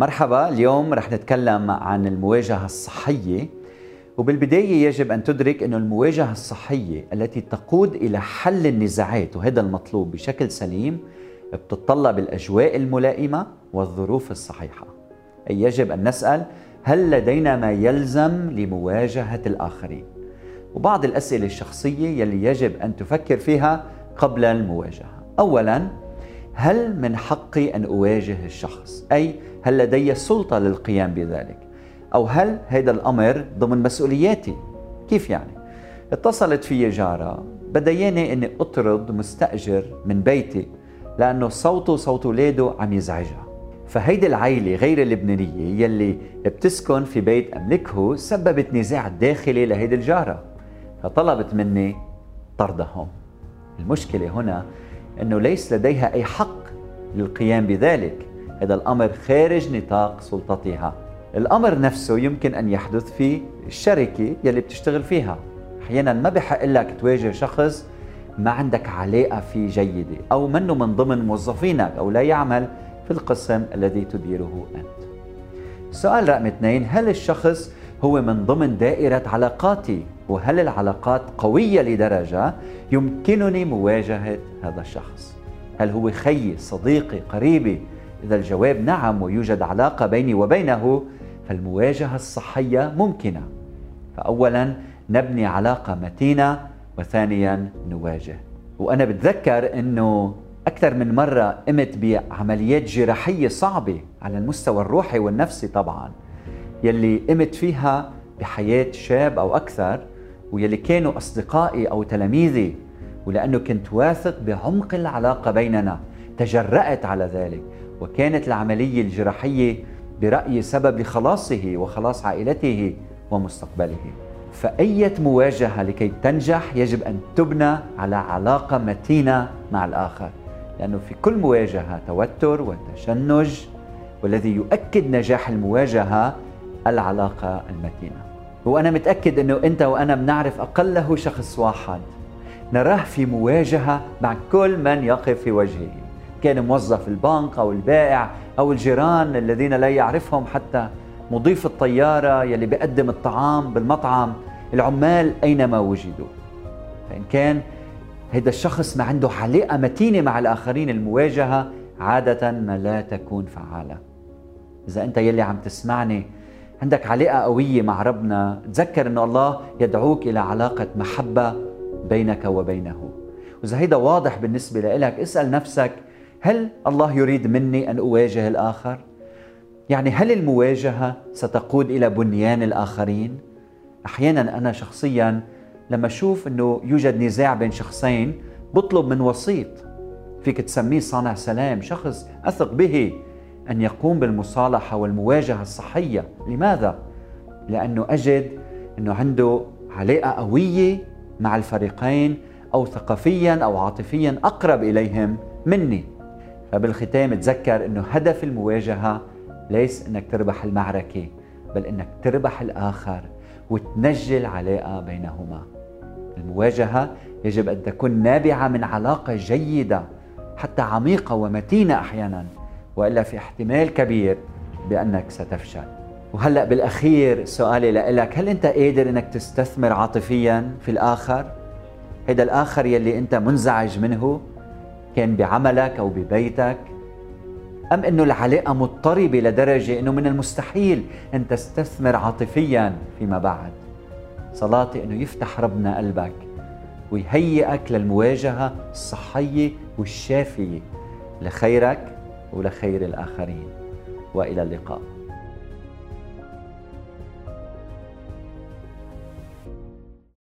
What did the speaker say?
مرحبا، اليوم رح نتكلم عن المواجهة الصحية. وبالبداية يجب أن تدرك أن المواجهة الصحية التي تقود إلى حل النزاعات، وهذا المطلوب بشكل سليم، بتتطلب الأجواء الملائمة والظروف الصحيحة. أي يجب أن نسأل: هل لدينا ما يلزم لمواجهة الآخرين؟ وبعض الأسئلة الشخصية يلي يجب أن تفكر فيها قبل المواجهة. أولاً، هل من حقي أن أواجه الشخص؟ أي هل لدي السلطة للقيام بذلك؟ أو هل هذا الأمر ضمن مسؤولياتي؟ كيف يعني؟ اتصلت في جارة بدياني أني أطرد مستأجر من بيتي لأنه صوته صوت ولاده عم يزعجها. فهيدي العائلة غير اللبنانية يلي بتسكن في بيت أملكه سببت نزاع داخلي لهيدي الجارة، فطلبت مني طردهم. المشكلة هنا أنه ليس لديها أي حق للقيام بذلك، هذا الأمر خارج نطاق سلطتها. الأمر نفسه يمكن أن يحدث في الشركة يلي بتشتغل فيها. أحيانا ما بحق لك تواجه شخص ما عندك علاقة فيه جيدة، أو منه من ضمن موظفينك، أو لا يعمل في القسم الذي تديره أنت. السؤال رقم 2: هل الشخص هو من ضمن دائرة علاقاتي؟ وهل العلاقات قوية لدرجة يمكنني مواجهة هذا الشخص؟ هل هو خيي، صديقي، قريبي؟ إذا الجواب نعم ويوجد علاقة بيني وبينه، فالمواجهة الصحية ممكنة. فأولاً نبني علاقة متينة، وثانياً نواجه. وأنا بتذكر أنه أكثر من مرة قمت بعمليات جراحية صعبة على المستوى الروحي والنفسي طبعاً، يلي قمت فيها بحياة شاب أو أكثر، ويلي كانوا أصدقائي أو تلاميذي، ولأنه كنت واثق بعمق العلاقة بيننا تجرأت على ذلك، وكانت العملية الجراحية برأيي سبب لخلاصه وخلاص عائلته ومستقبله. فأية مواجهة لكي تنجح يجب أن تبنى على علاقة متينة مع الآخر، لأنه في كل مواجهة توتر وتشنج، والذي يؤكد نجاح المواجهة العلاقة المتينة. وأنا متأكد أنه أنت وأنا بنعرف أقله شخص واحد نراه في مواجهة مع كل من يقف في وجهه، كان موظف البنك أو البائع أو الجيران الذين لا يعرفهم حتى مضيف الطيارة يلي بيقدم الطعام بالمطعم، العمال أينما وجدوا. فإن كان هذا الشخص ما عنده علاقة متينة مع الآخرين، المواجهة عادة ما لا تكون فعالة. إذا أنت يلي عم تسمعني عندك علاقة قوية مع ربنا، تذكر أن الله يدعوك إلى علاقة محبة بينك وبينه. وإذا هيدا واضح بالنسبة لك، اسأل نفسك: هل الله يريد مني أن أواجه الآخر؟ يعني هل المواجهة ستقود إلى بنيان الآخرين؟ أحيانا أنا شخصيا لما أشوف أنه يوجد نزاع بين شخصين بطلب من وسيط، فيك تسميه صانع سلام، شخص أثق به، أن يقوم بالمصالحة والمواجهة الصحية. لماذا؟ لأنه أجد أنه عنده علاقة قوية مع الفريقين، أو ثقافيا أو عاطفيا أقرب إليهم مني. فبالختام تذكر أنه هدف المواجهة ليس أنك تربح المعركة، بل أنك تربح الآخر وتنجي العلاقة بينهما. المواجهة يجب أن تكون نابعة من علاقة جيدة، حتى عميقة ومتينة أحيانا، وإلا في احتمال كبير بأنك ستفشل. وهلأ بالأخير سؤالي لك: هل أنت قادر أنك تستثمر عاطفيا في الآخر؟ هذا الآخر يلي أنت منزعج منه، كان بعملك أو ببيتك، أم أنه العلاقة مضطربة لدرجة أنه من المستحيل أن تستثمر عاطفيا فيما بعد؟ صلاتي أنه يفتح ربنا قلبك ويهيئك للمواجهة الصحية والشافية لخيرك ولخير الآخرين. وإلى اللقاء.